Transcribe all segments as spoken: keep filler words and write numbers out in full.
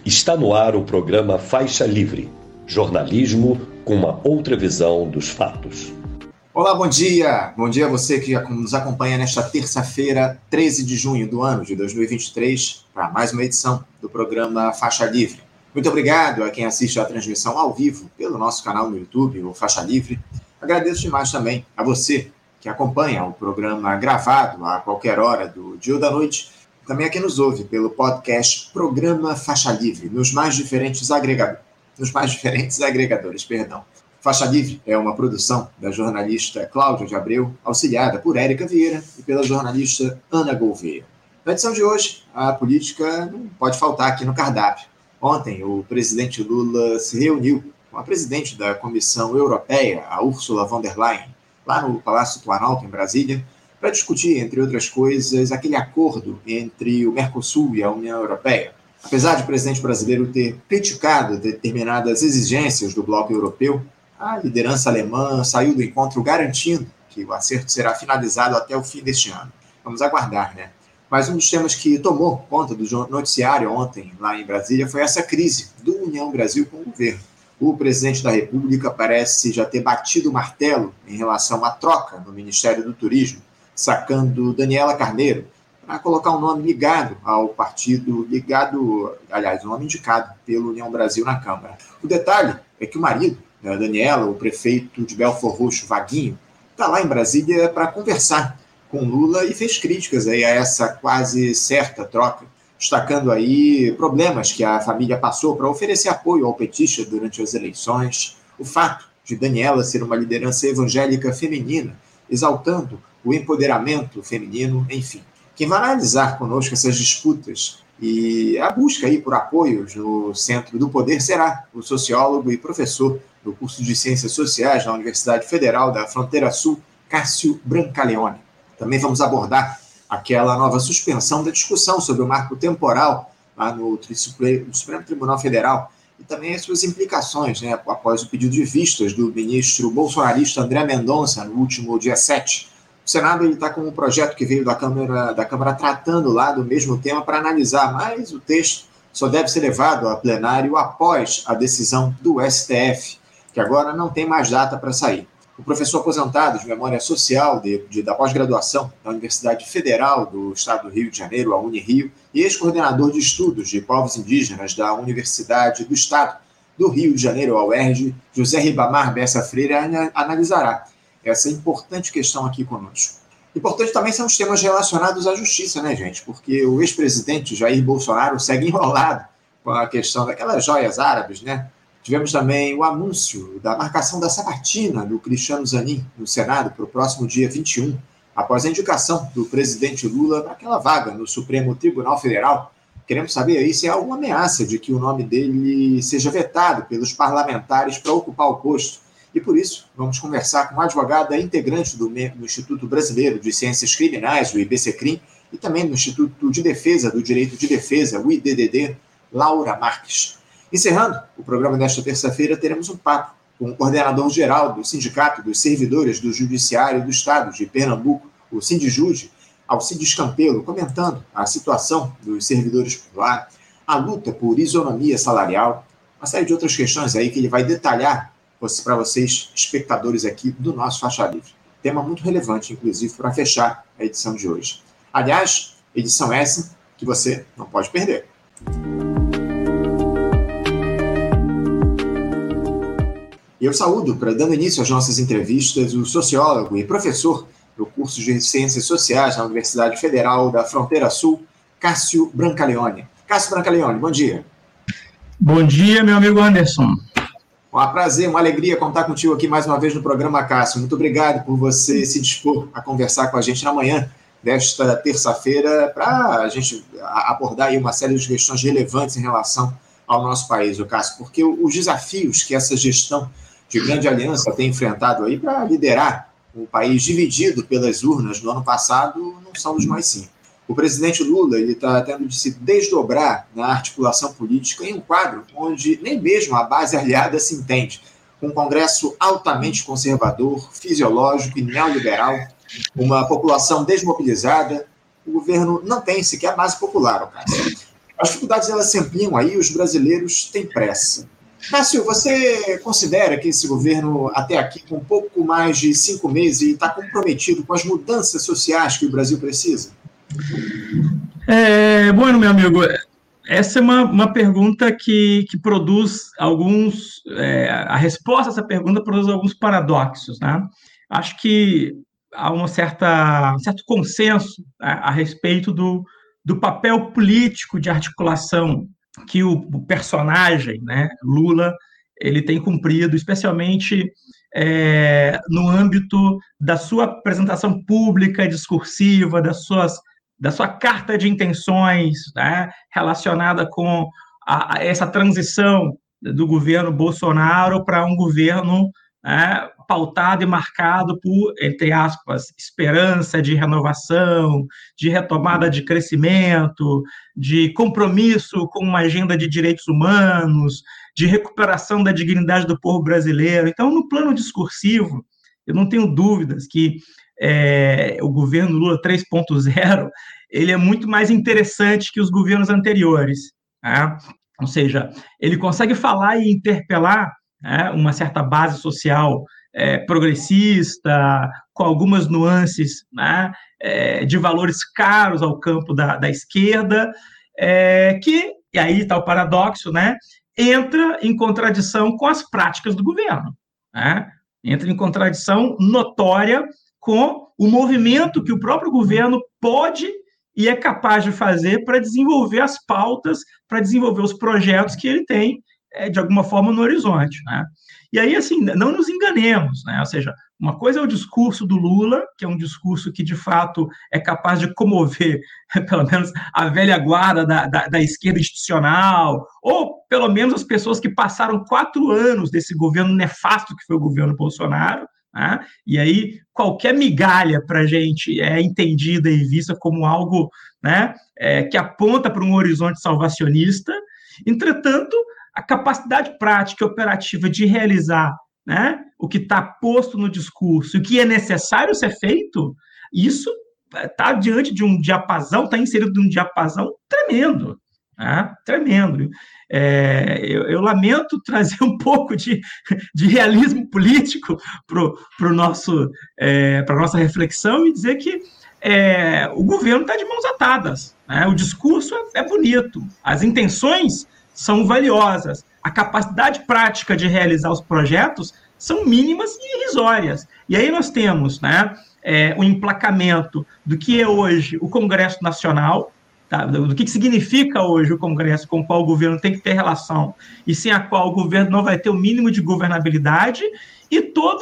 Está no ar o programa Faixa Livre, jornalismo com uma outra visão dos fatos. Olá, bom dia! Bom dia a você que nos acompanha nesta terça-feira, treze de junho do ano de dois mil e vinte e três, para mais uma edição do programa Faixa Livre. Muito obrigado a quem assiste a transmissão ao vivo pelo nosso canal no YouTube, o Faixa Livre. Agradeço demais também a você que acompanha o programa gravado a qualquer hora do dia ou da noite, também a quem nos ouve pelo podcast Programa Faixa Livre, nos mais diferentes agregadores. Nos mais diferentes agregadores, perdão. Faixa Livre é uma produção da jornalista Cláudia de Abreu, auxiliada por Érica Vieira e pela jornalista Ana Gouveia. Na edição de hoje, a política não pode faltar aqui no cardápio. Ontem, o presidente Lula se reuniu com a presidente da Comissão Europeia, a Ursula von der Leyen, lá no Palácio Planalto, em Brasília, para discutir, entre outras coisas, aquele acordo entre o Mercosul e a União Europeia. Apesar de o presidente brasileiro ter criticado determinadas exigências do bloco europeu, a liderança alemã saiu do encontro garantindo que o acerto será finalizado até o fim deste ano. Vamos aguardar, né? Mas um dos temas que tomou conta do noticiário ontem, lá em Brasília, foi essa crise do União Brasil com o governo. O presidente da República parece já ter batido o martelo em relação à troca no Ministério do Turismo, sacando Daniela Carneiro, para colocar um nome ligado ao partido, ligado, aliás, um nome indicado pelo União Brasil na Câmara. O detalhe é que o marido da Daniela, o prefeito de Belford Roxo, Vaguinho, está lá em Brasília para conversar com Lula e fez críticas aí a essa quase certa troca, destacando aí problemas que a família passou para oferecer apoio ao petista durante as eleições, o fato de Daniela ser uma liderança evangélica feminina, exaltando o empoderamento feminino, enfim. Quem vai analisar conosco essas disputas e a busca aí por apoios no centro do poder será o sociólogo e professor do curso de Ciências Sociais na Universidade Federal da Fronteira Sul, Cássio Brancaleone. Também vamos abordar aquela nova suspensão da discussão sobre o marco temporal lá no Supremo Tribunal Federal e também as suas implicações, né, após o pedido de vistas do ministro bolsonarista André Mendonça no último dia sete. O Senado está com um projeto que veio da Câmara, da Câmara tratando lá do mesmo tema para analisar, mas o texto só deve ser levado a plenário após a decisão do S T F, que agora não tem mais data para sair. O professor aposentado de Memória Social de, de, da pós-graduação da Universidade Federal do Estado do Rio de Janeiro, a Unirio, e ex-coordenador de estudos de povos indígenas da Universidade do Estado do Rio de Janeiro, a U E R J, José Ribamar Bessa Freire, analisará essa importante questão aqui conosco. Importante também são os temas relacionados à justiça, né, gente? Porque o ex-presidente Jair Bolsonaro segue enrolado com a questão daquelas joias árabes, né? Tivemos também o anúncio da marcação da sabatina do Cristiano Zanin no Senado para o próximo dia vinte e um, após a indicação do presidente Lula para aquela vaga no Supremo Tribunal Federal. Queremos saber aí se há alguma ameaça de que o nome dele seja vetado pelos parlamentares para ocupar o posto. E por isso, vamos conversar com uma advogada integrante do, do Instituto Brasileiro de Ciências Criminais, o IBCCRIM, e também do Instituto de Defesa do Direito de Defesa, o I D D D, Laura Marques. Encerrando o programa desta terça-feira, teremos um papo com o coordenador-geral do Sindicato dos Servidores do Judiciário do Estado de Pernambuco, o Sindijude, Alcides Campelo, comentando a situação dos servidores por lá, a luta por isonomia salarial, uma série de outras questões aí que ele vai detalhar para vocês, espectadores aqui do nosso Faixa Livre. Tema muito relevante, inclusive, para fechar a edição de hoje. Aliás, edição essa que você não pode perder. E eu saúdo, para dando início às nossas entrevistas, o sociólogo e professor do curso de Ciências Sociais na Universidade Federal da Fronteira Sul, Cássio Brancaleone. Cássio Brancaleone, bom dia. Bom dia, meu amigo Anderson. Um prazer, uma alegria contar contigo aqui mais uma vez no programa, Cássio. Muito obrigado por você se dispor a conversar com a gente na manhã desta terça-feira para a gente abordar aí uma série de questões relevantes em relação ao nosso país, o Cássio, porque os desafios que essa gestão de grande aliança tem enfrentado aí para liderar o país dividido pelas urnas no ano passado não são dos mais simples. O presidente Lula está tendo de se desdobrar na articulação política em um quadro onde nem mesmo a base aliada se entende, com um Congresso altamente conservador, fisiológico e neoliberal, uma população desmobilizada. O governo não tem sequer base popular, Cássio. As dificuldades elas se ampliam aí, os brasileiros têm pressa. Cássio, você considera que esse governo, até aqui, com um pouco mais de cinco meses, está comprometido com as mudanças sociais que o Brasil precisa? É, bueno, meu amigo, essa é uma, uma pergunta que, que produz alguns... É, a resposta a essa pergunta produz alguns paradoxos, né? Acho que há uma certa, um certo consenso, né, a respeito do, do papel político de articulação que o, o personagem, né, Lula, ele tem cumprido, especialmente é, no âmbito da sua apresentação pública, discursiva, das suas, da sua carta de intenções, né, relacionada com a, a essa transição do governo Bolsonaro para um governo, né, pautado e marcado por, entre aspas, esperança de renovação, de retomada de crescimento, de compromisso com uma agenda de direitos humanos, de recuperação da dignidade do povo brasileiro. Então, no plano discursivo, eu não tenho dúvidas que é, o governo Lula três ponto zero ele é muito mais interessante que os governos anteriores, né? Ou seja, ele consegue falar e interpelar, né, uma certa base social é, progressista, com algumas nuances, né, é, de valores caros ao campo da, da esquerda, é, que, e aí está o paradoxo, né, entra em contradição com as práticas do governo, né, entra em contradição notória com o movimento que o próprio governo pode e é capaz de fazer para desenvolver as pautas, para desenvolver os projetos que ele tem, é, de alguma forma, no horizonte, né? E aí, assim, não nos enganemos, né? Ou seja, uma coisa é o discurso do Lula, que é um discurso que, de fato, é capaz de comover, pelo menos, a velha guarda da, da, da esquerda institucional, ou, pelo menos, as pessoas que passaram quatro anos desse governo nefasto que foi o governo Bolsonaro, né? E aí, qualquer migalha para a gente é entendida e vista como algo, né, é, que aponta para um horizonte salvacionista. Entretanto, a capacidade prática e operativa de realizar, né, o que está posto no discurso, o que é necessário ser feito, isso está diante de um diapasão, está inserido em um diapasão tremendo, né, tremendo. É, eu, eu lamento trazer um pouco de, de realismo político para nosso, é, para a nossa reflexão e dizer que é, o governo está de mãos atadas, né? O discurso é, é bonito, as intenções são valiosas, a capacidade prática de realizar os projetos são mínimas e irrisórias. E aí nós temos, né, é, o emplacamento do que é hoje o Congresso Nacional, tá, do que significa hoje o Congresso, com o qual o governo tem que ter relação, e sem a qual o governo não vai ter o mínimo de governabilidade, e todos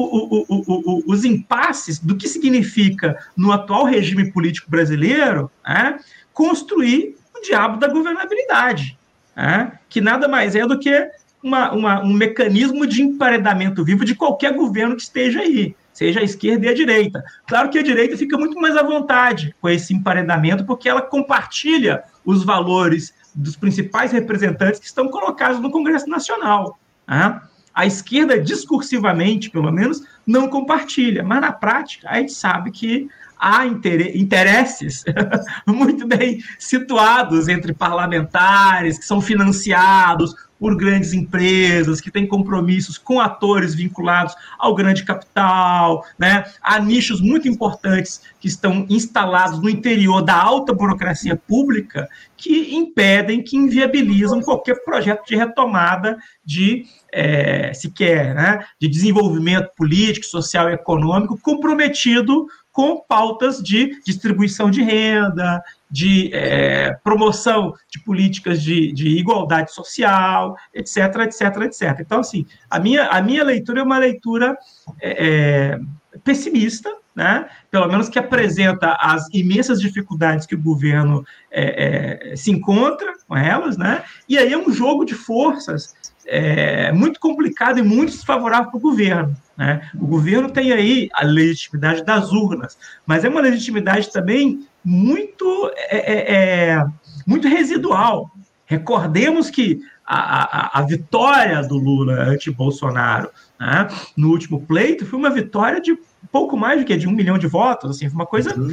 os impasses do que significa, no atual regime político brasileiro, né, construir o diabo da governabilidade, né, que nada mais é do que uma, uma, um mecanismo de emparedamento vivo de qualquer governo que esteja aí, seja a esquerda e a direita. Claro que a direita fica muito mais à vontade com esse emparedamento, porque ela compartilha os valores dos principais representantes que estão colocados no Congresso Nacional, né? A esquerda, discursivamente, pelo menos, não compartilha, mas na prática a gente sabe que há interesses muito bem situados entre parlamentares, que são financiados por grandes empresas, que têm compromissos com atores vinculados ao grande capital, né? Há nichos muito importantes que estão instalados no interior da alta burocracia pública que impedem, que inviabilizam qualquer projeto de retomada de, é, sequer, né, de desenvolvimento político, social e econômico comprometido com pautas de distribuição de renda, de é, promoção de políticas de, de igualdade social, etc, etc, etcétera. Então, assim, a minha, a minha leitura é uma leitura é, pessimista, né? Pelo menos que apresenta as imensas dificuldades que o governo é, é, se encontra com elas, né? E aí é um jogo de forças é, muito complicado e muito desfavorável para o governo, né? O governo tem aí a legitimidade das urnas, mas é uma legitimidade também muito, é, é, muito residual. Recordemos que a, a, a vitória do Lula anti-Bolsonaro, né, no último pleito foi uma vitória de pouco mais do que de um milhão de votos, assim, foi uma coisa uhum.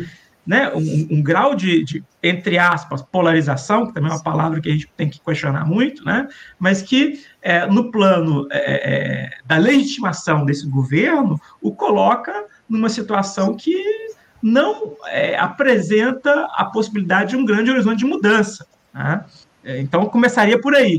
né, um, um grau de, de, entre aspas, polarização, que também é uma palavra que a gente tem que questionar muito, né, mas que, é, no plano é, é, da legitimação desse governo, o coloca numa situação que não é, apresenta a possibilidade de um grande horizonte de mudança, né? Então, começaria por aí.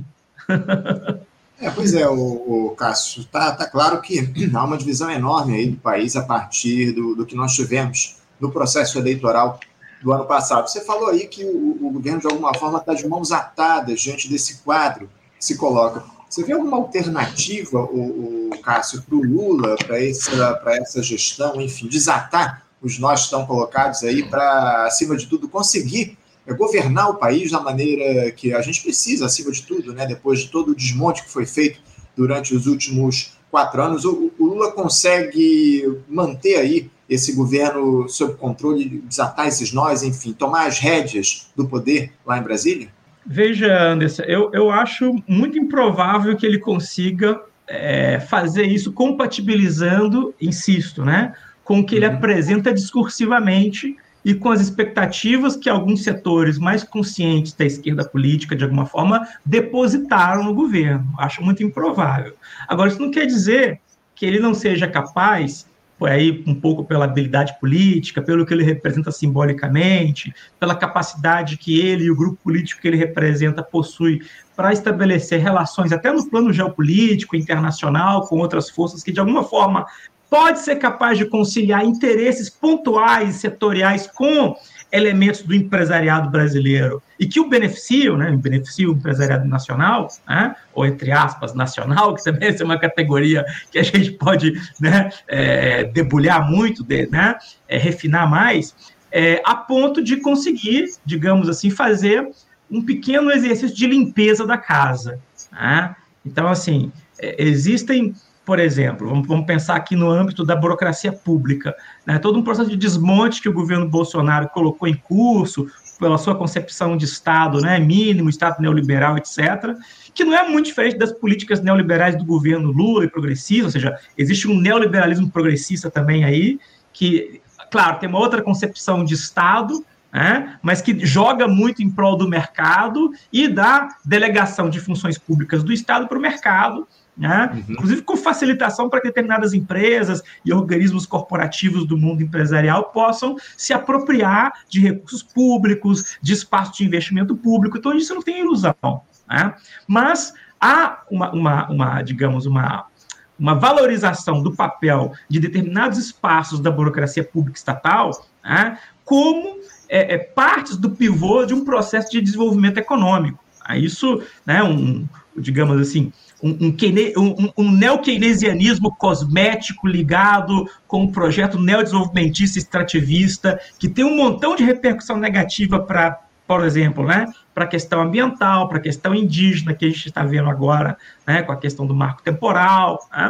É, pois é, o, o Cássio, tá, tá claro que há uma divisão enorme aí do país a partir do, do que nós tivemos no processo eleitoral do ano passado. Você falou aí que o, o governo, de alguma forma, está de mãos atadas diante desse quadro que se coloca. Você vê alguma alternativa, o, o Cássio, para o Lula, para essa, para essa gestão, enfim, desatar os nós que estão colocados aí para, acima de tudo, conseguir é, governar o país da maneira que a gente precisa, acima de tudo, né? Depois de todo o desmonte que foi feito durante os últimos quatro anos, o, o Lula consegue manter aí esse governo sob controle, desatar esses nós, enfim, tomar as rédeas do poder lá em Brasília? Veja, Anderson, eu, eu acho muito improvável que ele consiga é, fazer isso compatibilizando, insisto, né, com o que ele uhum. apresenta discursivamente e com as expectativas que alguns setores mais conscientes da esquerda política, de alguma forma, depositaram no governo. Acho muito improvável. Agora, isso não quer dizer que ele não seja capaz, por aí um pouco pela habilidade política, pelo que ele representa simbolicamente, pela capacidade que ele e o grupo político que ele representa possui para estabelecer relações até no plano geopolítico, internacional, com outras forças que, de alguma forma, pode ser capaz de conciliar interesses pontuais, setoriais, com elementos do empresariado brasileiro e que o beneficiam, né, beneficiam o empresariado nacional, né, ou entre aspas, nacional, que também é uma categoria que a gente pode, né, é, debulhar muito, de, né, é, refinar mais, é, a ponto de conseguir, digamos assim, fazer um pequeno exercício de limpeza da casa. Né? Então, assim, é, existem... Por exemplo, vamos, vamos pensar aqui no âmbito da burocracia pública, né? Todo um processo de desmonte que o governo Bolsonaro colocou em curso, pela sua concepção de Estado, né, mínimo, Estado neoliberal, etcétera, que não é muito diferente das políticas neoliberais do governo Lula e progressista, ou seja, existe um neoliberalismo progressista também aí, que, claro, tem uma outra concepção de Estado, né, mas que joga muito em prol do mercado e da delegação de funções públicas do Estado para o mercado, né? Uhum. Inclusive com facilitação para que determinadas empresas e organismos corporativos do mundo empresarial possam se apropriar de recursos públicos, de espaço de investimento público. Então, isso não tem ilusão. Né? Mas há uma, uma, uma digamos, uma, uma valorização do papel de determinados espaços da burocracia pública estatal, né, como é, é, partes do pivô de um processo de desenvolvimento econômico. Isso, né, um, digamos assim, um, um, um, um neo-keynesianismo cosmético ligado com um projeto neodesenvolvimentista extrativista, que tem um montão de repercussão negativa para, por exemplo, né, para a questão ambiental, para a questão indígena, que a gente está vendo agora, né, com a questão do marco temporal, né,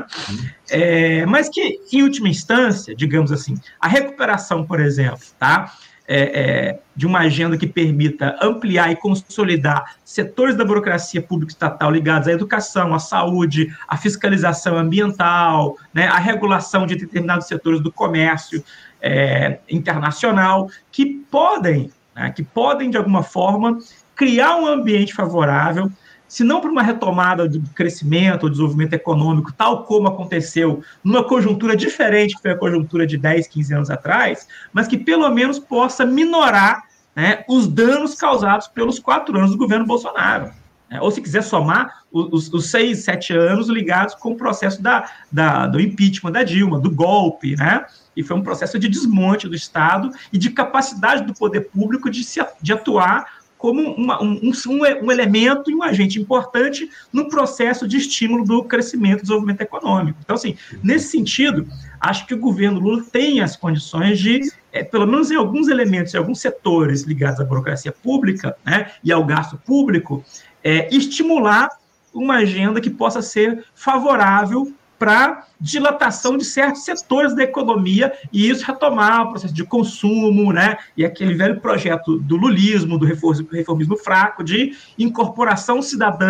é, mas que, em última instância, digamos assim, a recuperação, por exemplo, tá, É, é, de uma agenda que permita ampliar e consolidar setores da burocracia pública estatal ligados à educação, à saúde, à fiscalização ambiental, né, à regulação de determinados setores do comércio é, internacional, que podem, né, que podem, de alguma forma, criar um ambiente favorável, se não para uma retomada do crescimento ou desenvolvimento econômico, tal como aconteceu numa conjuntura diferente, que foi a conjuntura de dez, quinze anos atrás, mas que pelo menos possa minorar, né, os danos causados pelos quatro anos do governo Bolsonaro. Né? Ou, se quiser somar, os, os seis, sete anos ligados com o processo da, da, do impeachment da Dilma, do golpe, né? E foi um processo de desmonte do Estado e de capacidade do poder público de, se, de atuar como uma, um, um, um elemento e um agente importante no processo de estímulo do crescimento e desenvolvimento econômico. Então, assim, nesse sentido, acho que o governo Lula tem as condições de, é, pelo menos em alguns elementos, em alguns setores ligados à burocracia pública, né, e ao gasto público, é, estimular uma agenda que possa ser favorável para dilatação de certos setores da economia e isso retomar o processo de consumo, né, e aquele velho projeto do lulismo, do reformismo fraco, de incorporação cidadã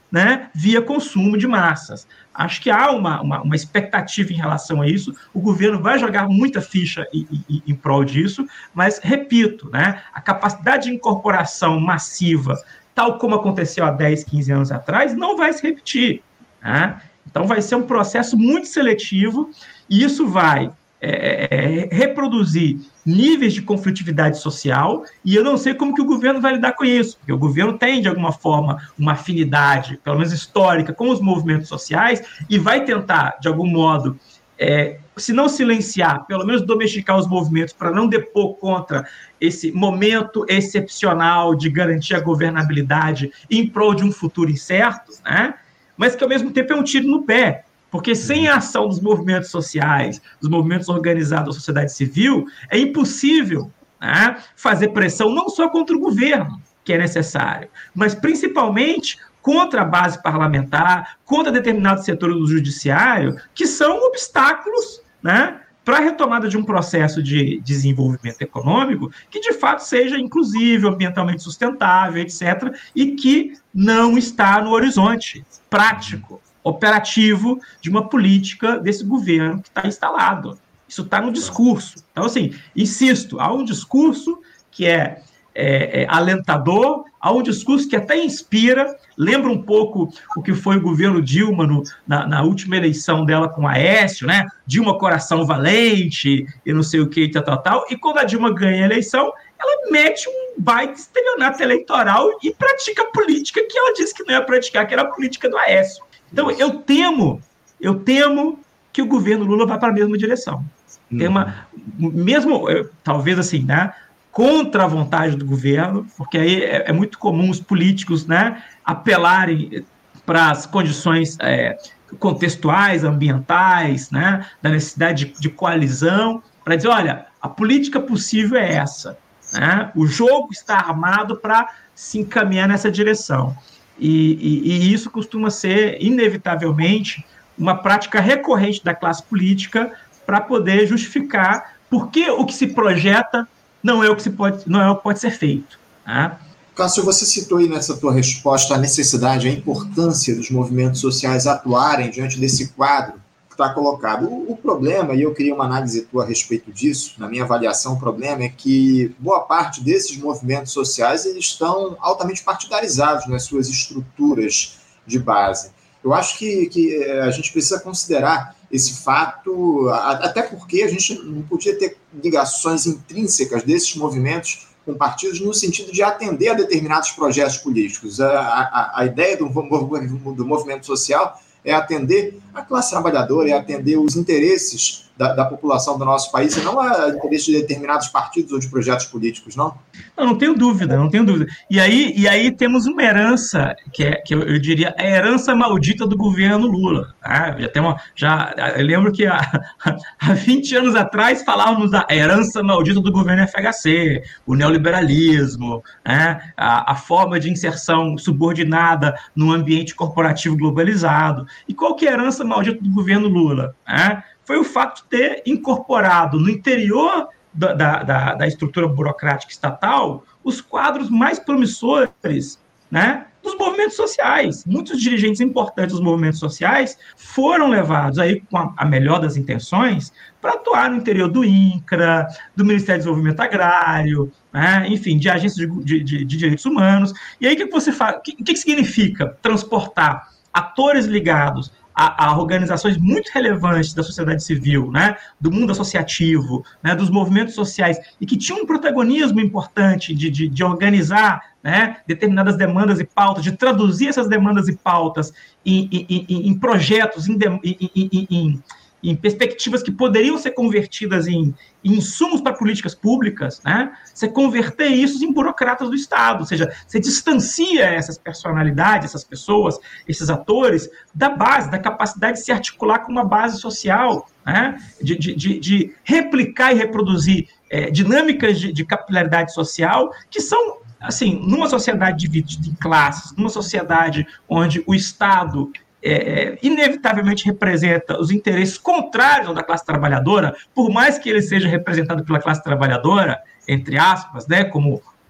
né, via consumo de massas. Acho que há uma, uma, uma expectativa em relação a isso, o governo vai jogar muita ficha em, em, em prol disso, mas, repito, né, a capacidade de incorporação massiva, tal como aconteceu há dez, quinze anos atrás, não vai se repetir, né? Então, vai ser um processo muito seletivo, e isso vai é, é, reproduzir níveis de conflitividade social, e eu não sei como que o governo vai lidar com isso, porque o governo tem, de alguma forma, uma afinidade, pelo menos histórica, com os movimentos sociais, e vai tentar, de algum modo, é, se não silenciar, pelo menos domesticar os movimentos para não depor contra esse momento excepcional de garantir a governabilidade em prol de um futuro incerto, né? Mas que, ao mesmo tempo, é um tiro no pé, porque sem a ação dos movimentos sociais, dos movimentos organizados da sociedade civil, é impossível, né, fazer pressão não só contra o governo, que é necessário, mas principalmente contra a base parlamentar, contra determinados setores do judiciário, que são obstáculos, né, para a retomada de um processo de desenvolvimento econômico que, de fato, seja inclusivo, ambientalmente sustentável, etcétera, e que não está no horizonte prático, operativo de uma política desse governo que está instalado. Isso está no discurso. Então, assim, insisto, há um discurso que é, é, é alentador, há um discurso que até inspira, lembra um pouco o que foi o governo Dilma no, na, na última eleição dela com Aécio, né? Dilma coração valente e não sei o que, tal, tal, tal. E quando a Dilma ganha a eleição, ela mete um baita estelionato eleitoral e pratica a política que ela disse que não ia praticar, que era a política do Aécio. Então, eu temo, eu temo que o governo Lula vá para a mesma direção. Uhum. Tem uma, mesmo, talvez assim, né, contra a vontade do governo, porque aí é, é muito comum os políticos, né, apelarem para as condições é, contextuais, ambientais, né, da necessidade de, de coalizão, para dizer, olha, a política possível é essa, né, o jogo está armado para se encaminhar nessa direção. E, e, e isso costuma ser, inevitavelmente, uma prática recorrente da classe política para poder justificar por que o que se projeta não é o que, se pode, não é o que pode ser feito. Né? Cássio, você citou aí nessa tua resposta a necessidade, a importância dos movimentos sociais atuarem diante desse quadro que está colocado. O, o problema, e eu queria uma análise tua a respeito disso, na minha avaliação, o problema é que boa parte desses movimentos sociais eles estão altamente partidarizados nas suas estruturas de base. Eu acho que, que a gente precisa considerar esse fato, até porque a gente não podia ter ligações intrínsecas desses movimentos com partidos no sentido de atender a determinados projetos políticos. A, a, a ideia do, do movimento social é atender a classe trabalhadora, é atender os interesses da, da população do nosso país, e não a interesses de determinados partidos ou de projetos políticos, não? Não, não tenho dúvida, não tenho dúvida. E aí, e aí temos uma herança, que, é, que eu, eu diria a herança maldita do governo Lula. Tá? Já tem uma, já, eu lembro que há, há vinte anos atrás falávamos da herança maldita do governo F H C, o neoliberalismo, né? a, a forma de inserção subordinada no ambiente corporativo globalizado. E qual que é a herança maldita do governo Lula? Né? Foi o fato de ter incorporado no interior da, da, da estrutura burocrática estatal os quadros mais promissores, né, dos movimentos sociais. Muitos dirigentes importantes dos movimentos sociais foram levados, aí, com a, a melhor das intenções, para atuar no interior do INCRA, do Ministério do Desenvolvimento Agrário, né, enfim, de agências de, de, de, de direitos humanos. E aí o que você faz? O que, que significa transportar atores ligados a, a organizações muito relevantes da sociedade civil, né, do mundo associativo, né, dos movimentos sociais, e que tinham um protagonismo importante de, de, de organizar, né, determinadas demandas e pautas, de traduzir essas demandas e pautas em, em, em, em projetos, em, em, em, em, em perspectivas que poderiam ser convertidas em, em insumos para políticas públicas, né? Você converter isso em burocratas do Estado, ou seja, você distancia essas personalidades, essas pessoas, esses atores, da base, da capacidade de se articular com uma base social, né? de, de, de, de replicar e reproduzir é, dinâmicas de, de capilaridade social que são, assim, numa sociedade dividida em classes, numa sociedade onde o Estado É, inevitavelmente representa os interesses contrários ao da classe trabalhadora, por mais que ele seja representado pela classe trabalhadora, entre aspas, né, como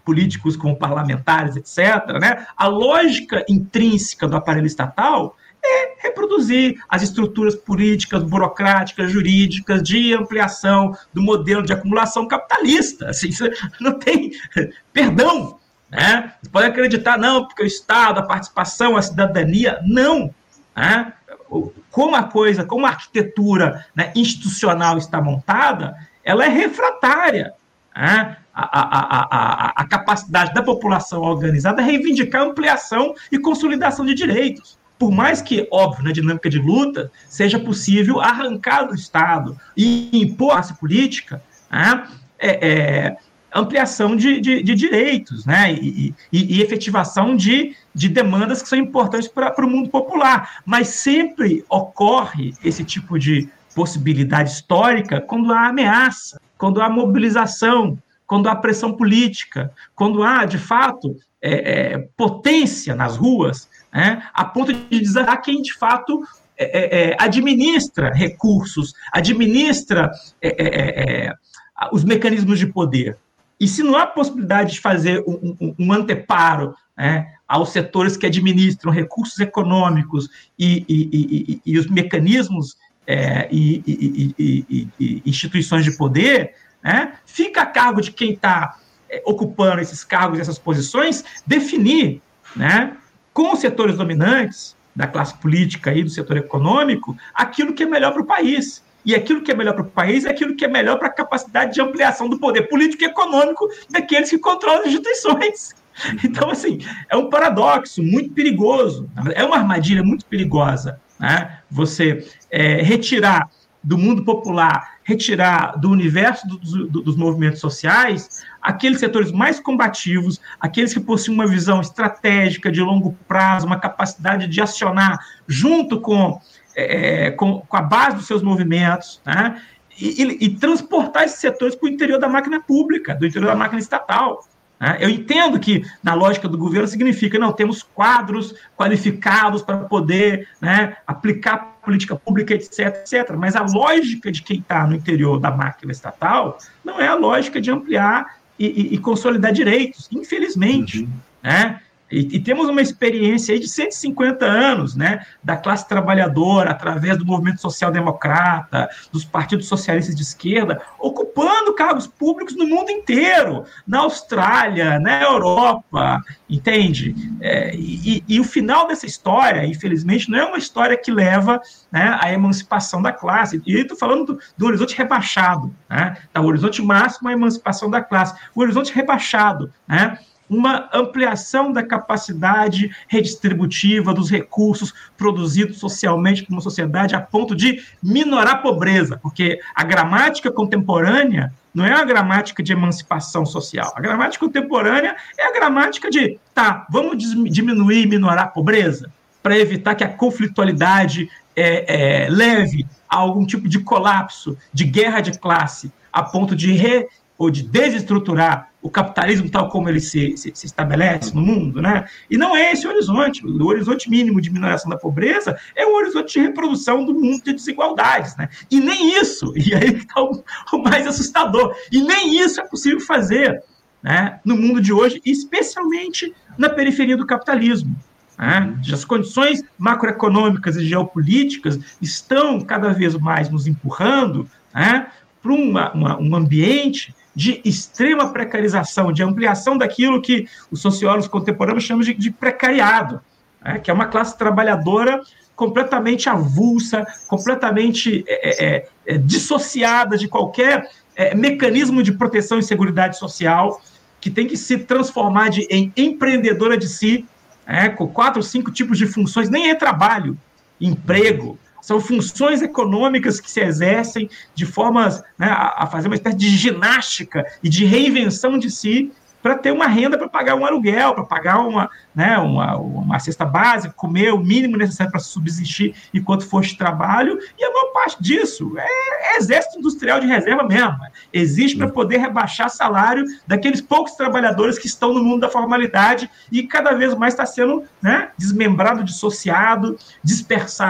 políticos como parlamentares, etcétera, né? A lógica intrínseca do aparelho estatal é reproduzir as estruturas políticas, burocráticas, jurídicas de ampliação do modelo de acumulação capitalista. Assim, não tem perdão. Né? Você pode acreditar, não, porque o Estado, a participação, a cidadania, não. Né? Como a coisa, como a arquitetura, né, institucional está montada, ela é refratária. Né? A, a, a, a, a capacidade da população organizada é reivindicar ampliação e consolidação de direitos. Por mais que, óbvio, na dinâmica de luta, seja possível arrancar do Estado e impor a classe política, né, é, é, ampliação de, de, de direitos, né, e, e, e efetivação de, de demandas que são importantes para o mundo popular. Mas sempre ocorre esse tipo de possibilidade histórica quando há ameaça, quando há mobilização, quando há pressão política, quando há, de fato, é, é, potência nas ruas, né, a ponto de desafiar quem, de fato, é, é, administra recursos, administra é, é, é, os mecanismos de poder. E se não há possibilidade de fazer um, um, um anteparo, né, aos setores que administram recursos econômicos e, e, e, e, e os mecanismos é, e, e, e, e instituições de poder, né, fica a cargo de quem está é, ocupando esses cargos e essas posições definir, né, com os setores dominantes da classe política e do setor econômico, aquilo que é melhor para o país. E aquilo que é melhor para o país é aquilo que é melhor para a capacidade de ampliação do poder político e econômico daqueles que controlam as instituições. Então, assim, é um paradoxo muito perigoso, é uma armadilha muito perigosa, né? Você é, retirar do mundo popular, retirar do universo do, do, dos movimentos sociais aqueles setores mais combativos, aqueles que possuem uma visão estratégica de longo prazo, uma capacidade de acionar junto com, é, com, com a base dos seus movimentos, né? e, e, e transportar esses setores para o interior da máquina pública, do interior da máquina estatal. Né? Eu entendo que, na lógica do governo, significa, não, temos quadros qualificados para poder, né, aplicar política pública, etc, etcétera. Mas a lógica de quem está no interior da máquina estatal não é a lógica de ampliar e, e, e consolidar direitos, infelizmente. Uhum. Né? E, e temos uma experiência aí de cento e cinquenta anos, né, da classe trabalhadora, através do movimento social-democrata, dos partidos socialistas de esquerda, ocupando cargos públicos no mundo inteiro, na Austrália, na Europa, entende? É, e, e o final dessa história, infelizmente, não é uma história que leva, né, à emancipação da classe. E eu estou falando do, do horizonte rebaixado. Né? Tá, o horizonte máximo é a emancipação da classe. O horizonte rebaixado, né? Uma ampliação da capacidade redistributiva dos recursos produzidos socialmente por uma sociedade a ponto de minorar a pobreza, porque a gramática contemporânea não é a gramática de emancipação social. A gramática contemporânea é a gramática de, tá, vamos diminuir e minorar a pobreza para evitar que a conflitualidade é, é, leve a algum tipo de colapso, de guerra de classe, a ponto de re ou de desestruturar o capitalismo tal como ele se, se, se estabelece no mundo, né? E não é esse o horizonte. O horizonte mínimo de minoração da pobreza é o horizonte de reprodução do mundo de desigualdades, né? E nem isso, e aí está o, o mais assustador, e nem isso é possível fazer, né, no mundo de hoje, especialmente na periferia do capitalismo. Né? As condições macroeconômicas e geopolíticas estão cada vez mais nos empurrando, né, para uma, uma, um ambiente de extrema precarização, de ampliação daquilo que os sociólogos contemporâneos chamam de, de precariado, né? Que é uma classe trabalhadora completamente avulsa, completamente é, é, é, dissociada de qualquer é, mecanismo de proteção e seguridade social, que tem que se transformar de, em empreendedora de si, é, com quatro, cinco tipos de funções, nem é trabalho, emprego. São funções econômicas que se exercem de formas, né, a fazer uma espécie de ginástica e de reinvenção de si para ter uma renda para pagar um aluguel, para pagar uma, né, uma, uma cesta básica, comer o mínimo necessário para subsistir enquanto for de trabalho, e a maior parte disso é, é exército industrial de reserva mesmo. Existe para poder rebaixar salário daqueles poucos trabalhadores que estão no mundo da formalidade e cada vez mais está sendo, né, desmembrado, dissociado, dispersado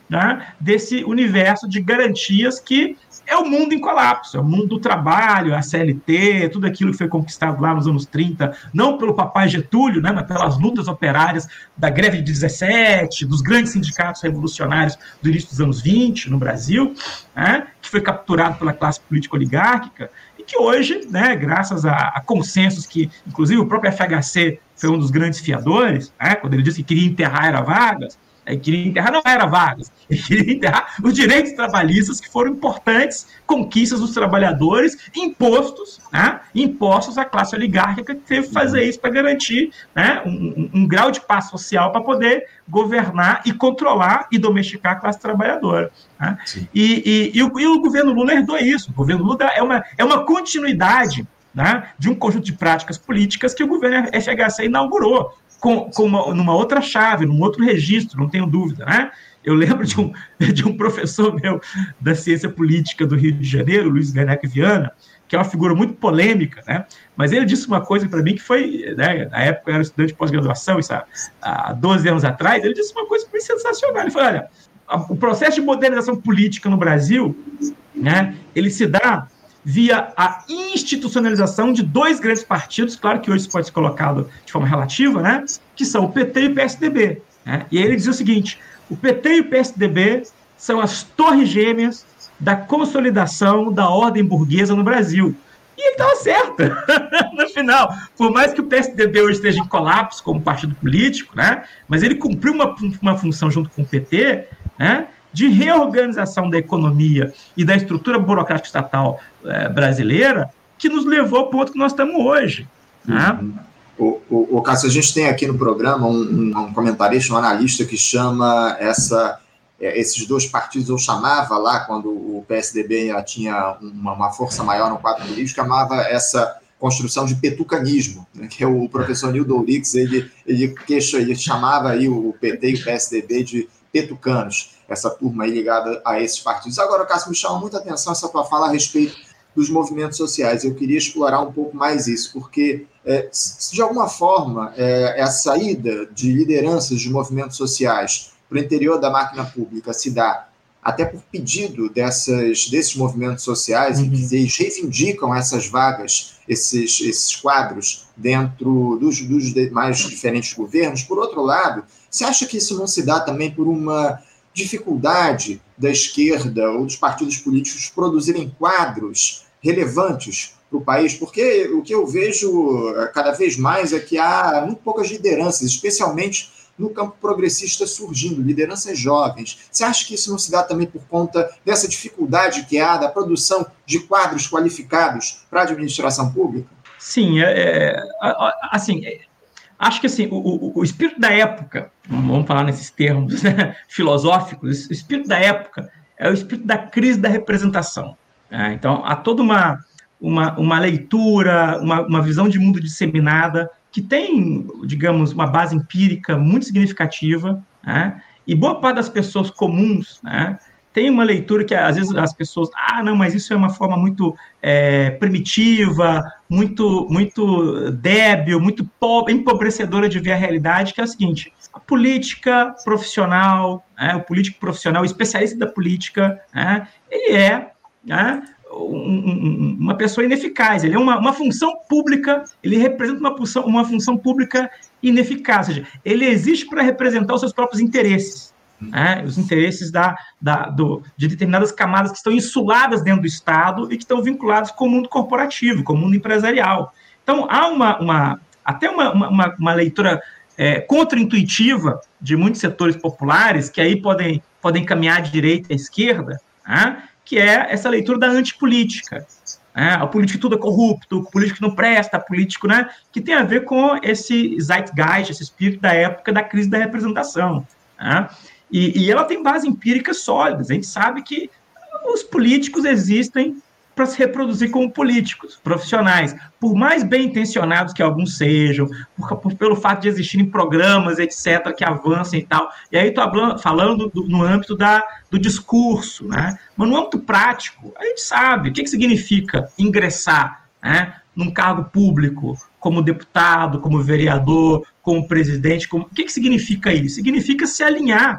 né, desse universo de garantias que é o mundo em colapso, é o mundo do trabalho, a C L T, tudo aquilo que foi conquistado lá nos anos trinta, não pelo papai Getúlio, né, mas pelas lutas operárias da greve de dezessete, dos grandes sindicatos revolucionários do início dos anos vinte no Brasil, né, que foi capturado pela classe político-oligárquica, e que hoje, né, graças a, a consensos que, inclusive, o próprio F H C foi um dos grandes fiadores, né, quando ele disse que queria enterrar era Vargas, ele queria enterrar não era Vargas, ele queria enterrar os direitos trabalhistas que foram importantes conquistas dos trabalhadores, impostos, né, impostos à classe oligárquica que teve que fazer isso para garantir, né, um, um, um grau de paz social para poder governar e controlar e domesticar a classe trabalhadora. Né? E, e, e, o, e o governo Lula herdou isso. O governo Lula é uma, é uma continuidade, né, de um conjunto de práticas políticas que o governo F H C inaugurou, com, com uma, numa outra chave, num outro registro, não tenho dúvida, né? Eu lembro de um, de um professor meu da ciência política do Rio de Janeiro, Luiz Werneck Viana, que é uma figura muito polêmica, né? Mas ele disse uma coisa para mim que foi, né, na época eu era estudante de pós-graduação, isso há, há doze anos atrás, ele disse uma coisa para mim sensacional. Ele falou, olha, o processo de modernização política no Brasil, né, ele se dá via a institucionalização de dois grandes partidos, claro que hoje isso pode ser colocado de forma relativa, né, que são o P T e o P S D B. Né? E aí ele dizia o seguinte, o P T e o P S D B são as torres gêmeas da consolidação da ordem burguesa no Brasil. E ele estava certo, no final. Por mais que o P S D B hoje esteja em colapso como partido político, né, mas ele cumpriu uma, uma função junto com o P T, né, de reorganização da economia e da estrutura burocrática estatal eh, brasileira, que nos levou ao ponto que nós estamos hoje. Né? Uhum. O, o, o Cássio, a gente tem aqui no programa um, um, um comentarista, um analista que chama essa, esses dois partidos, eu chamava lá, quando o P S D B já tinha uma, uma força maior no quadro político, chamava essa construção de petucanismo, né, que é o professor Nildo Ourix, ele, ele, queixa, ele chamava aí o P T e o P S D B de petucanos, essa turma aí ligada a esses partidos. Agora, Cássio, me chama muita atenção essa tua fala a respeito dos movimentos sociais. Eu queria explorar um pouco mais isso, porque, é, se de alguma forma, é, a saída de lideranças de movimentos sociais para o interior da máquina pública se dá até por pedido dessas, desses movimentos sociais, uhum. em que eles reivindicam essas vagas, esses, esses quadros dentro dos, dos mais diferentes governos. Por outro lado, você acha que isso não se dá também por uma dificuldade da esquerda ou dos partidos políticos produzirem quadros relevantes para o país? Porque o que eu vejo cada vez mais é que há muito poucas lideranças, especialmente no campo progressista surgindo, lideranças jovens. Você acha que isso não se dá também por conta dessa dificuldade que há da produção de quadros qualificados para a administração pública? Sim, é, é, assim, é, acho que assim, o, o, o espírito da época, vamos falar nesses termos, né, filosóficos, o espírito da época é o espírito da crise da representação. Né? Então, há toda uma, uma, uma leitura, uma, uma visão de mundo disseminada, que tem, digamos, uma base empírica muito significativa, né? E boa parte das pessoas comuns, né, tem uma leitura que, às vezes, as pessoas, ah, não, mas isso é uma forma muito é, primitiva, muito, muito débil, muito pobre, empobrecedora de ver a realidade, que é o seguinte, a política profissional, né, o político profissional, o especialista da política, né, ele é, né, Um, um, uma pessoa ineficaz, ele é uma, uma função pública, ele representa uma função, uma função pública ineficaz, ou seja, ele existe para representar os seus próprios interesses, né, os interesses da, da, do, de determinadas camadas que estão insuladas dentro do Estado e que estão vinculadas com o mundo corporativo, com o mundo empresarial. Então, há uma, uma até uma, uma, uma leitura é, contra-intuitiva de muitos setores populares, que aí podem, podem caminhar de direita à esquerda, né, que é essa leitura da antipolítica. Né? A política tudo é corrupto, o político não presta, político, né? Que tem a ver com esse zeitgeist, esse espírito da época da crise da representação. Né? E, e ela tem base empírica sólida. A gente sabe que os políticos existem para se reproduzir como políticos, profissionais, por mais bem intencionados que alguns sejam, por, por, pelo fato de existirem programas, etcétera, que avancem e tal. E aí estou falando do, no âmbito da, do discurso, né? Mas no âmbito prático, a gente sabe o que, que significa ingressar, né, num cargo público, como deputado, como vereador, como presidente, como... o que, que significa isso? Significa se alinhar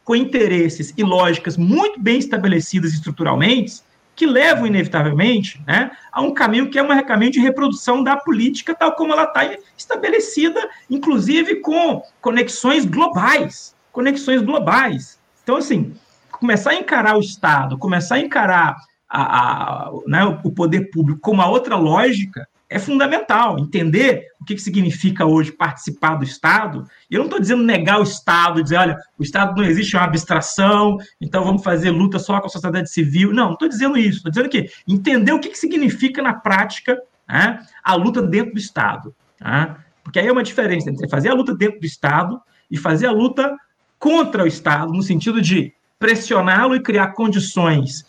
com interesses e lógicas muito bem estabelecidas estruturalmente, que levam, inevitavelmente, né, a um caminho que é um caminho de reprodução da política tal como ela está estabelecida, inclusive com conexões globais, conexões globais. Então, assim, começar a encarar o Estado, começar a encarar a, a, né, o poder público com uma outra lógica é fundamental. Entender o que, que significa hoje participar do Estado. Eu não estou dizendo negar o Estado, dizer, olha, o Estado não existe, é uma abstração, então vamos fazer luta só com a sociedade civil. Não, não estou dizendo isso. Estou dizendo que entender o que, que significa na prática, né, a luta dentro do Estado. Tá? Porque aí é uma diferença entre fazer a luta dentro do Estado e fazer a luta contra o Estado, no sentido de pressioná-lo e criar condições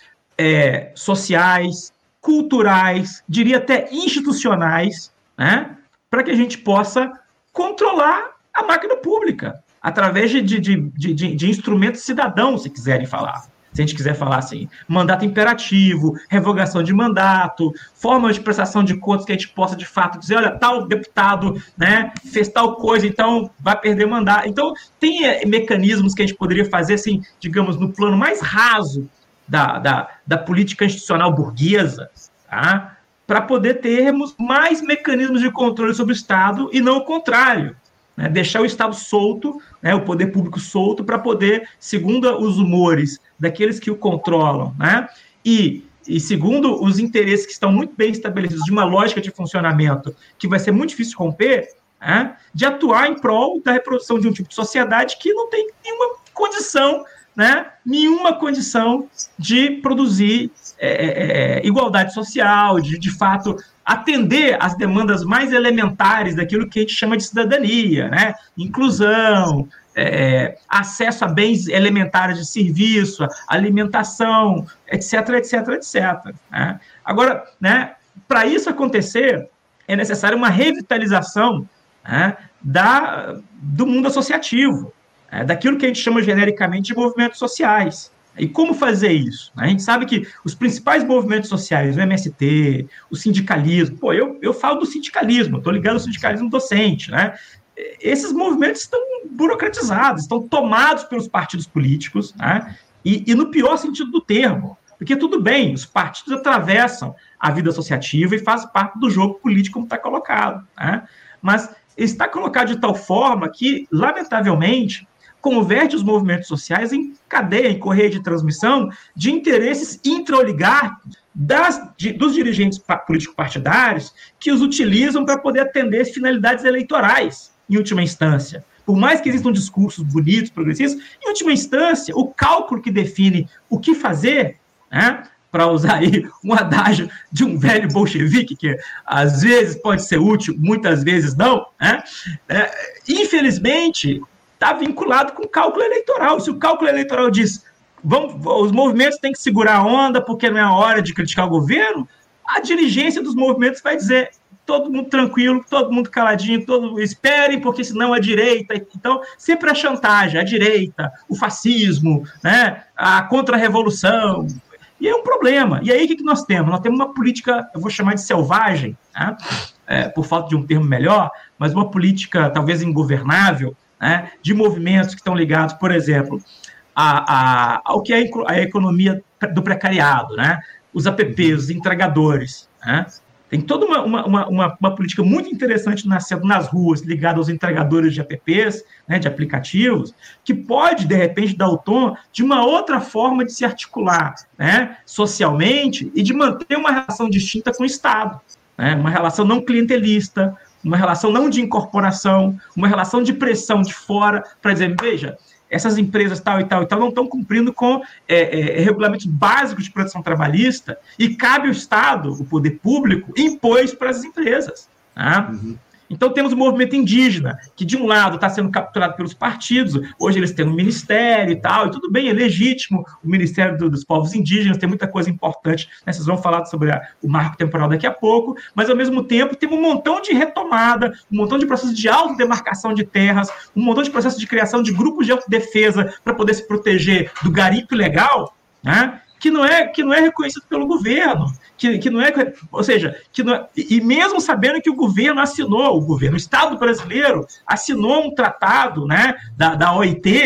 é, sociais, culturais, diria até institucionais, né, para que a gente possa controlar a máquina pública, através de, de, de, de, de instrumentos cidadãos, se quiserem falar. Se a gente quiser falar assim, mandato imperativo, revogação de mandato, forma de prestação de contas que a gente possa, de fato, dizer, olha, tal deputado, né, fez tal coisa, então vai perder o mandato. Então, tem é, mecanismos que a gente poderia fazer, assim, digamos, no plano mais raso da, da, da política institucional burguesa, tá? Para poder termos mais mecanismos de controle sobre o Estado e não o contrário. Né, deixar o Estado solto, né, o poder público solto, para poder, segundo os humores daqueles que o controlam, né, e, e segundo os interesses que estão muito bem estabelecidos de uma lógica de funcionamento que vai ser muito difícil romper, né, de atuar em prol da reprodução de um tipo de sociedade que não tem nenhuma condição, né, nenhuma condição de produzir é, é, igualdade social, de, de fato, atender às demandas mais elementares daquilo que a gente chama de cidadania, né? Inclusão, é, acesso a bens elementares de serviço, alimentação, etc, etc, etc. Né? Agora, né, para isso acontecer, é necessária uma revitalização, né, da, do mundo associativo, né, daquilo que a gente chama genericamente de movimentos sociais. E como fazer isso? A gente sabe que os principais movimentos sociais, o M S T, o sindicalismo, pô, eu, eu falo do sindicalismo, estou ligado ao sindicalismo docente, né? Esses movimentos estão burocratizados, estão tomados pelos partidos políticos, né? E, e no pior sentido do termo, porque tudo bem, os partidos atravessam a vida associativa e fazem parte do jogo político como está colocado, né? Mas está colocado de tal forma que, lamentavelmente, converte os movimentos sociais em cadeia, em correia de transmissão de interesses intra-oligárquicos das, de, dos dirigentes político-partidários que os utilizam para poder atender finalidades eleitorais, em última instância. Por mais que existam discursos bonitos, progressistas, em última instância, o cálculo que define o que fazer, né, para usar aí um adágio de um velho bolchevique, que às vezes pode ser útil, muitas vezes não, né, é, infelizmente, está vinculado com o cálculo eleitoral. Se o cálculo eleitoral diz vamos, os movimentos têm que segurar a onda porque não é a hora de criticar o governo, a dirigência dos movimentos vai dizer todo mundo tranquilo, todo mundo caladinho, todo esperem, porque senão a direita... Então, sempre a chantagem, a direita, o fascismo, né, a contra-revolução. E é um problema. E aí, o que, que nós temos? Nós temos uma política, eu vou chamar de selvagem, né, é, por falta de um termo melhor, mas uma política talvez ingovernável, né, de movimentos que estão ligados, por exemplo, a, a, ao que é a economia do precariado, né, os A P Ps, os entregadores. Né, tem toda uma, uma, uma, uma política muito interessante nascendo nas ruas, ligada aos entregadores de A P Ps, né, de aplicativos, que pode, de repente, dar o tom de uma outra forma de se articular, né, socialmente e de manter uma relação distinta com o Estado, né, uma relação não clientelista, uma relação não de incorporação, uma relação de pressão de fora, para dizer, veja, essas empresas tal e tal e tal não estão cumprindo com é, é, regulamentos básicos de proteção trabalhista e cabe ao Estado, o poder público, impor isso para as empresas. Tá? Uhum. Então, temos o movimento indígena, que, de um lado, está sendo capturado pelos partidos, hoje eles têm um ministério e tal, e tudo bem, é legítimo o Ministério do, dos Povos Indígenas, tem muita coisa importante, né? Vocês vão falar sobre a, o marco temporal daqui a pouco, mas, ao mesmo tempo, tem um montão de retomada, um montão de processos de autodemarcação de terras, um montão de processos de criação de grupos de autodefesa para poder se proteger do garimpo ilegal, né? que não é, que não é reconhecido pelo governo, que, que não é, ou seja, que não é, e mesmo sabendo que o governo assinou, o governo, o Estado brasileiro assinou um tratado, né, da, da O I T,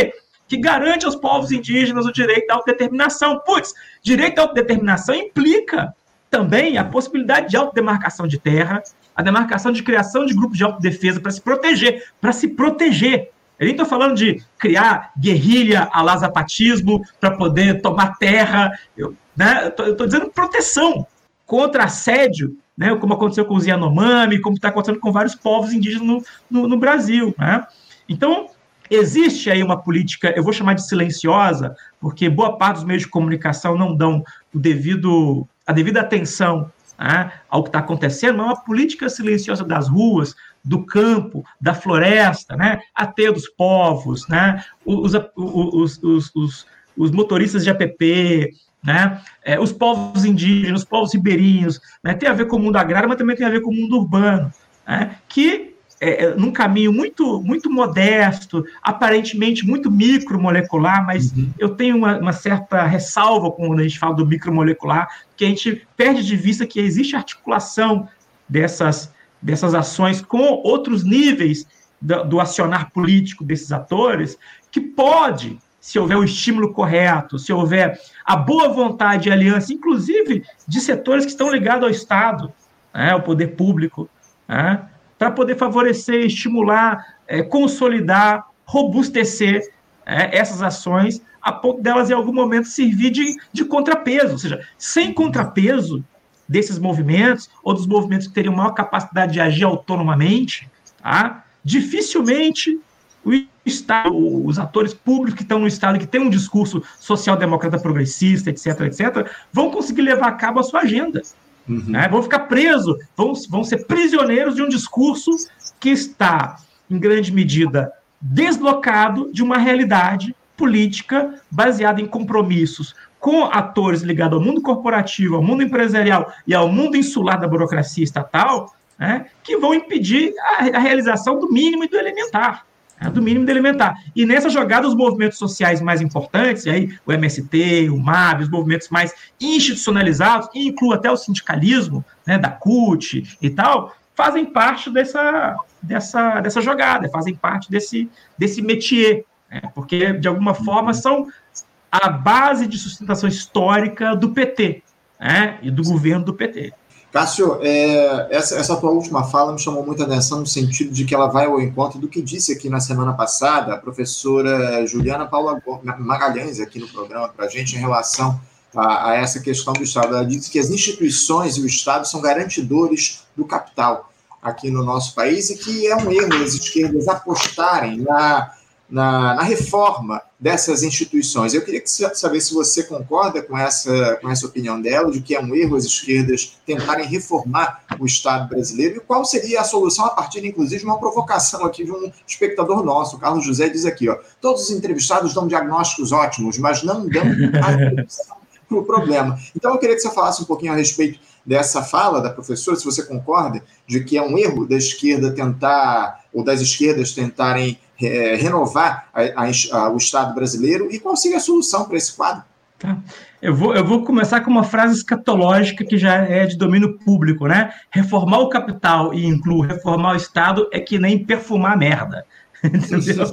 que garante aos povos indígenas o direito à autodeterminação. Putz, direito à autodeterminação implica também a possibilidade de autodemarcação de terra, a demarcação de criação de grupos de autodefesa para se proteger, para se proteger. Eu nem estou falando de criar guerrilha a lá zapatismo para poder tomar terra, eu né, estou dizendo proteção contra assédio, né, como aconteceu com os Yanomami, como está acontecendo com vários povos indígenas no, no, no Brasil. Né? Então, existe aí uma política, eu vou chamar de silenciosa, porque boa parte dos meios de comunicação não dão o devido, a devida atenção, né, ao que está acontecendo, mas é uma política silenciosa das ruas, do campo, da floresta, né, a teia dos povos, né, os, os, os, os, os motoristas de app, né, é, os povos indígenas, os povos ribeirinhos, né, tem a ver com o mundo agrário, mas também tem a ver com o mundo urbano, né, que é, num caminho muito, muito modesto, aparentemente muito micromolecular, mas uhum. eu tenho uma, uma certa ressalva quando a gente fala do micromolecular, que a gente perde de vista que existe articulação dessas, dessas ações com outros níveis do, do acionar político desses atores, que pode, se houver o estímulo correto, se houver a boa vontade e aliança, inclusive de setores que estão ligados ao Estado, né, ao poder público, né, para poder favorecer, estimular, é, consolidar, robustecer é, essas ações, a ponto delas, em algum momento, servir de, de contrapeso. Ou seja, sem contrapeso desses movimentos, ou dos movimentos que teriam maior capacidade de agir autonomamente, tá? Dificilmente o Estado, os atores públicos que estão no Estado, que têm um discurso social-democrata progressista, etc, etcétera, vão conseguir levar a cabo a sua agenda. Uhum. Né? Vão ficar presos, vão, vão ser prisioneiros de um discurso que está, em grande medida, deslocado de uma realidade política baseada em compromissos com atores ligados ao mundo corporativo, ao mundo empresarial e ao mundo insular da burocracia estatal, né, que vão impedir a, a realização do mínimo e do elementar. Né, do mínimo e do elementar. E nessa jogada, os movimentos sociais mais importantes, e aí o M S T, o M A B, os movimentos mais institucionalizados, e inclui até o sindicalismo, né, da C U T e tal, fazem parte dessa, dessa, dessa jogada, fazem parte desse, desse métier, né, porque, de alguma forma, são a base de sustentação histórica do P T, né, e do governo do P T. Cássio, é, essa, essa tua última fala me chamou muita atenção no sentido de que ela vai ao encontro do que disse aqui na semana passada a professora Juliana Paula Magalhães, aqui no programa para a gente, em relação a, a essa questão do Estado. Ela disse que as instituições e o Estado são garantidores do capital aqui no nosso país e que é um erro as esquerdas apostarem na, na, na reforma dessas instituições. Eu queria saber se você concorda com essa, com essa opinião dela, de que é um erro as esquerdas tentarem reformar o Estado brasileiro, e qual seria a solução a partir, inclusive, de uma provocação aqui de um espectador nosso. O Carlos José diz aqui, ó, todos os entrevistados dão diagnósticos ótimos, mas não dão a solução para o problema. Então, eu queria que você falasse um pouquinho a respeito dessa fala da professora, se você concorda, de que é um erro da esquerda tentar, ou das esquerdas tentarem é, renovar a, a, a, o Estado brasileiro, e qual seria a solução para esse quadro? Tá. Eu vou, eu vou começar com uma frase escatológica que já é de domínio público, né? Reformar o capital e incluir reformar o Estado é que nem perfumar merda. Entendeu?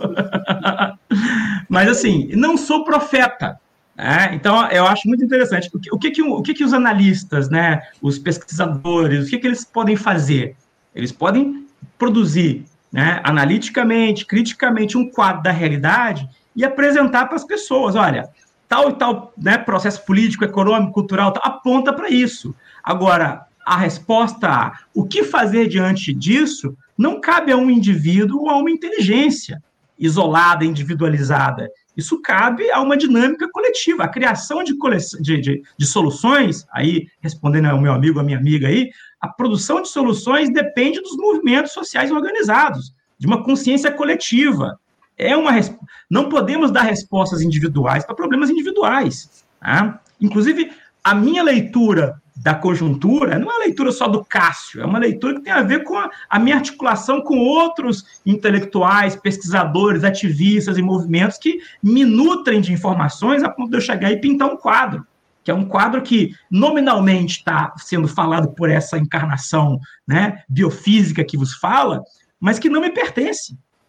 Mas, assim, não sou profeta. É, então, eu acho muito interessante. O que, o que, que, o que, que os analistas, né, os pesquisadores, o que, que eles podem fazer? Eles podem produzir, né, analiticamente, criticamente, um quadro da realidade e apresentar para as pessoas, olha, tal e tal, né, processo político, econômico, cultural, tal, aponta para isso. Agora, a resposta a o que fazer diante disso não cabe a um indivíduo ou a uma inteligência isolada, individualizada. Isso cabe a uma dinâmica coletiva, a criação de, cole... de, de, de soluções, aí, respondendo ao meu amigo, à minha amiga aí, a produção de soluções depende dos movimentos sociais organizados, de uma consciência coletiva. É uma res... Não podemos dar respostas individuais para problemas individuais. Tá? Inclusive, a minha leitura da conjuntura não é uma leitura só do Cássio, é uma leitura que tem a ver com a, a minha articulação com outros intelectuais, pesquisadores, ativistas e movimentos que me nutrem de informações a ponto de eu chegar e pintar um quadro, que é um quadro que nominalmente está sendo falado por essa encarnação, né, biofísica que vos fala, mas que não me pertence.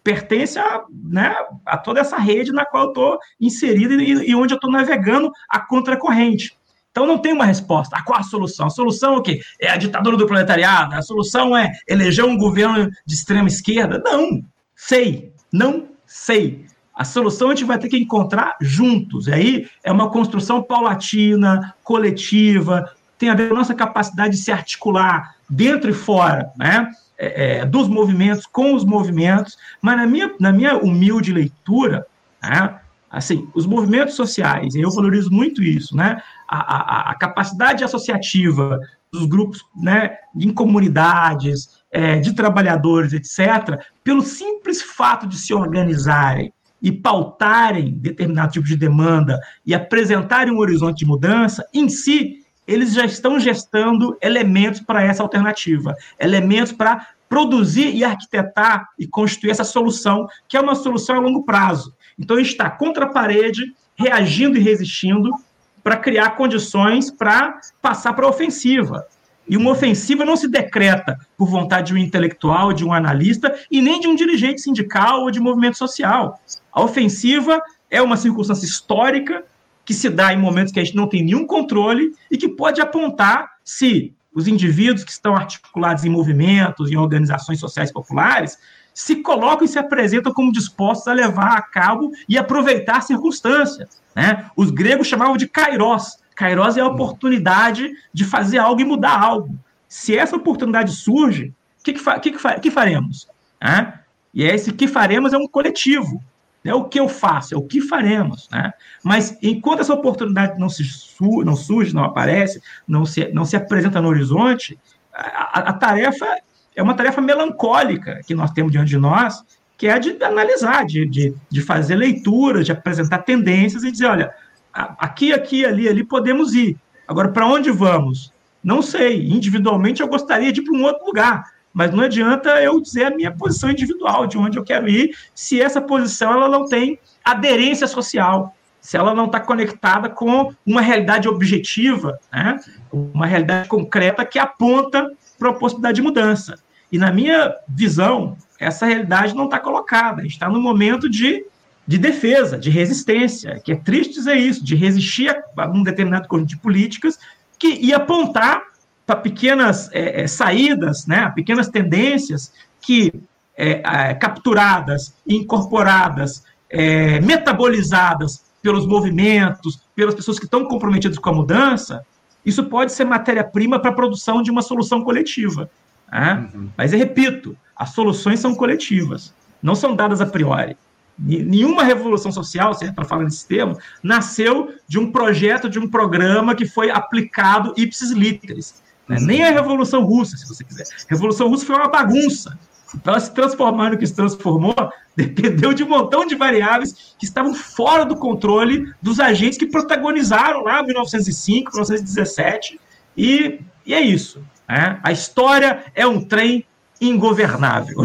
pertence a, né, a toda essa rede na qual eu estou inserido e, e onde eu estou navegando a contracorrente. Então, não tem uma resposta. Ah, qual a solução? A solução é o quê? É a ditadura do proletariado? A solução é eleger um governo de extrema esquerda? Não, sei, não sei. A solução a gente vai ter que encontrar juntos. E aí é uma construção paulatina, coletiva, tem a ver com a nossa capacidade de se articular dentro e fora, né? É, é, dos movimentos, com os movimentos, mas na minha, na minha humilde leitura, né, assim, os movimentos sociais, eu valorizo muito isso, né, a, a, a capacidade associativa dos grupos, né, em comunidades, é, de trabalhadores, etcétera, pelo simples fato de se organizarem e pautarem determinado tipo de demanda e apresentarem um horizonte de mudança, em si, eles já estão gestando elementos para essa alternativa, elementos para produzir e arquitetar e constituir essa solução, que é uma solução a longo prazo. Então, a gente está contra a parede, reagindo e resistindo para criar condições para passar para a ofensiva. E uma ofensiva não se decreta por vontade de um intelectual, de um analista, e nem de um dirigente sindical ou de movimento social. A ofensiva é uma circunstância histórica que se dá em momentos que a gente não tem nenhum controle e que pode apontar se os indivíduos que estão articulados em movimentos, em organizações sociais populares, se colocam e se apresentam como dispostos a levar a cabo e aproveitar circunstâncias, né? Os gregos chamavam de kairos. Kairos é a oportunidade de fazer algo e mudar algo. Se essa oportunidade surge, o que, que, fa- que, que, fa- que faremos? Né? E esse que faremos é um coletivo. É o que eu faço, é o que faremos, né? Mas enquanto essa oportunidade não, se su- não surge, não aparece, não se, não se apresenta no horizonte, a, a, a tarefa é uma tarefa melancólica que nós temos diante de nós, que é a de analisar, de, de, de fazer leituras, de apresentar tendências e dizer, olha, aqui, aqui, ali, ali podemos ir. Agora, para onde vamos? Não sei. Individualmente, eu gostaria de ir para um outro lugar. Mas não adianta eu dizer a minha posição individual, de onde eu quero ir, se essa posição ela não tem aderência social, se ela não está conectada com uma realidade objetiva, né? Uma realidade concreta que aponta para a possibilidade de mudança. E, na minha visão, essa realidade não está colocada. A gente está no momento de, de defesa, de resistência, que é triste dizer isso, de resistir a um determinado conjunto de políticas que ia apontar para pequenas é, saídas, né, pequenas tendências que, é, é, capturadas, incorporadas, é, metabolizadas pelos movimentos, pelas pessoas que estão comprometidas com a mudança, isso pode ser matéria-prima para a produção de uma solução coletiva. Né? Uhum. Mas, eu repito, as soluções são coletivas, não são dadas a priori. Nenhuma revolução social, se a gente está falando desse termo, nasceu de um projeto, de um programa que foi aplicado ipsis literis. Né? Nem a Revolução Russa, se você quiser. A Revolução Russa foi uma bagunça. Para ela se transformar no que se transformou, dependeu de um montão de variáveis que estavam fora do controle dos agentes que protagonizaram lá em mil novecentos e cinco, mil novecentos e dezessete, e, e é isso. Né? A história é um trem ingovernável.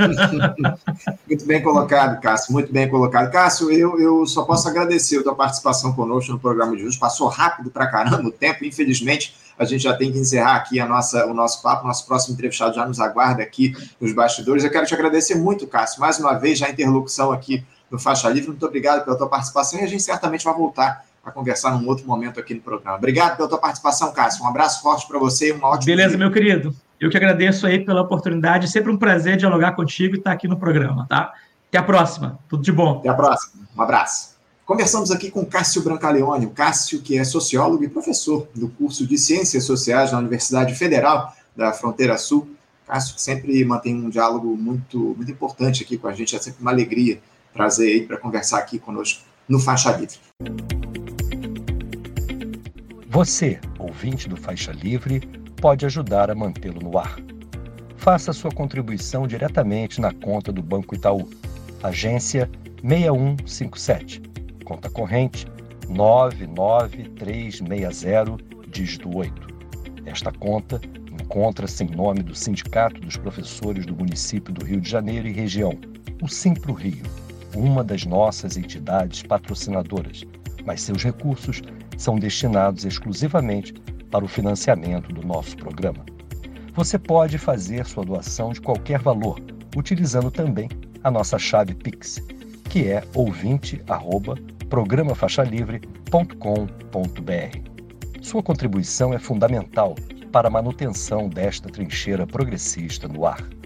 Muito bem colocado, Cássio, muito bem colocado. Cássio, eu, eu só posso agradecer a tua participação conosco no programa de hoje. Passou rápido pra caramba o tempo, infelizmente a gente já tem que encerrar aqui a nossa, o nosso papo, nosso próximo entrevistado já nos aguarda aqui nos bastidores. Eu quero te agradecer muito, Cássio, mais uma vez, já a interlocução aqui no Faixa Livre. Muito obrigado pela tua participação e a gente certamente vai voltar a conversar num outro momento aqui no programa. Obrigado pela tua participação, Cássio. Um abraço forte para você e uma ótima Beleza, dia. Meu querido. Eu que agradeço aí pela oportunidade. Sempre um prazer dialogar contigo e estar aqui no programa, tá? Até a próxima. Tudo de bom. Até a próxima. Um abraço. Conversamos aqui com Cássio Brancaleone, o Cássio, que é sociólogo e professor do curso de Ciências Sociais na Universidade Federal da Fronteira Sul. Cássio, que sempre mantém um diálogo muito, muito importante aqui com a gente. É sempre uma alegria trazer ele para conversar aqui conosco no Faixa Livre. Você, ouvinte do Faixa Livre, pode ajudar a mantê-lo no ar. Faça sua contribuição diretamente na conta do Banco Itaú, agência seis um cinco sete, conta corrente nove nove três seis zero, dígito oito. Esta conta encontra-se em nome do Sindicato dos Professores do Município do Rio de Janeiro e região, o Simpro Rio, uma das nossas entidades patrocinadoras, mas seus recursos são destinados exclusivamente para o financiamento do nosso programa. Você pode fazer sua doação de qualquer valor, utilizando também a nossa chave Pix, que é ouvinte arroba programa faixa livre ponto com ponto br. Sua contribuição é fundamental para a manutenção desta trincheira progressista no ar.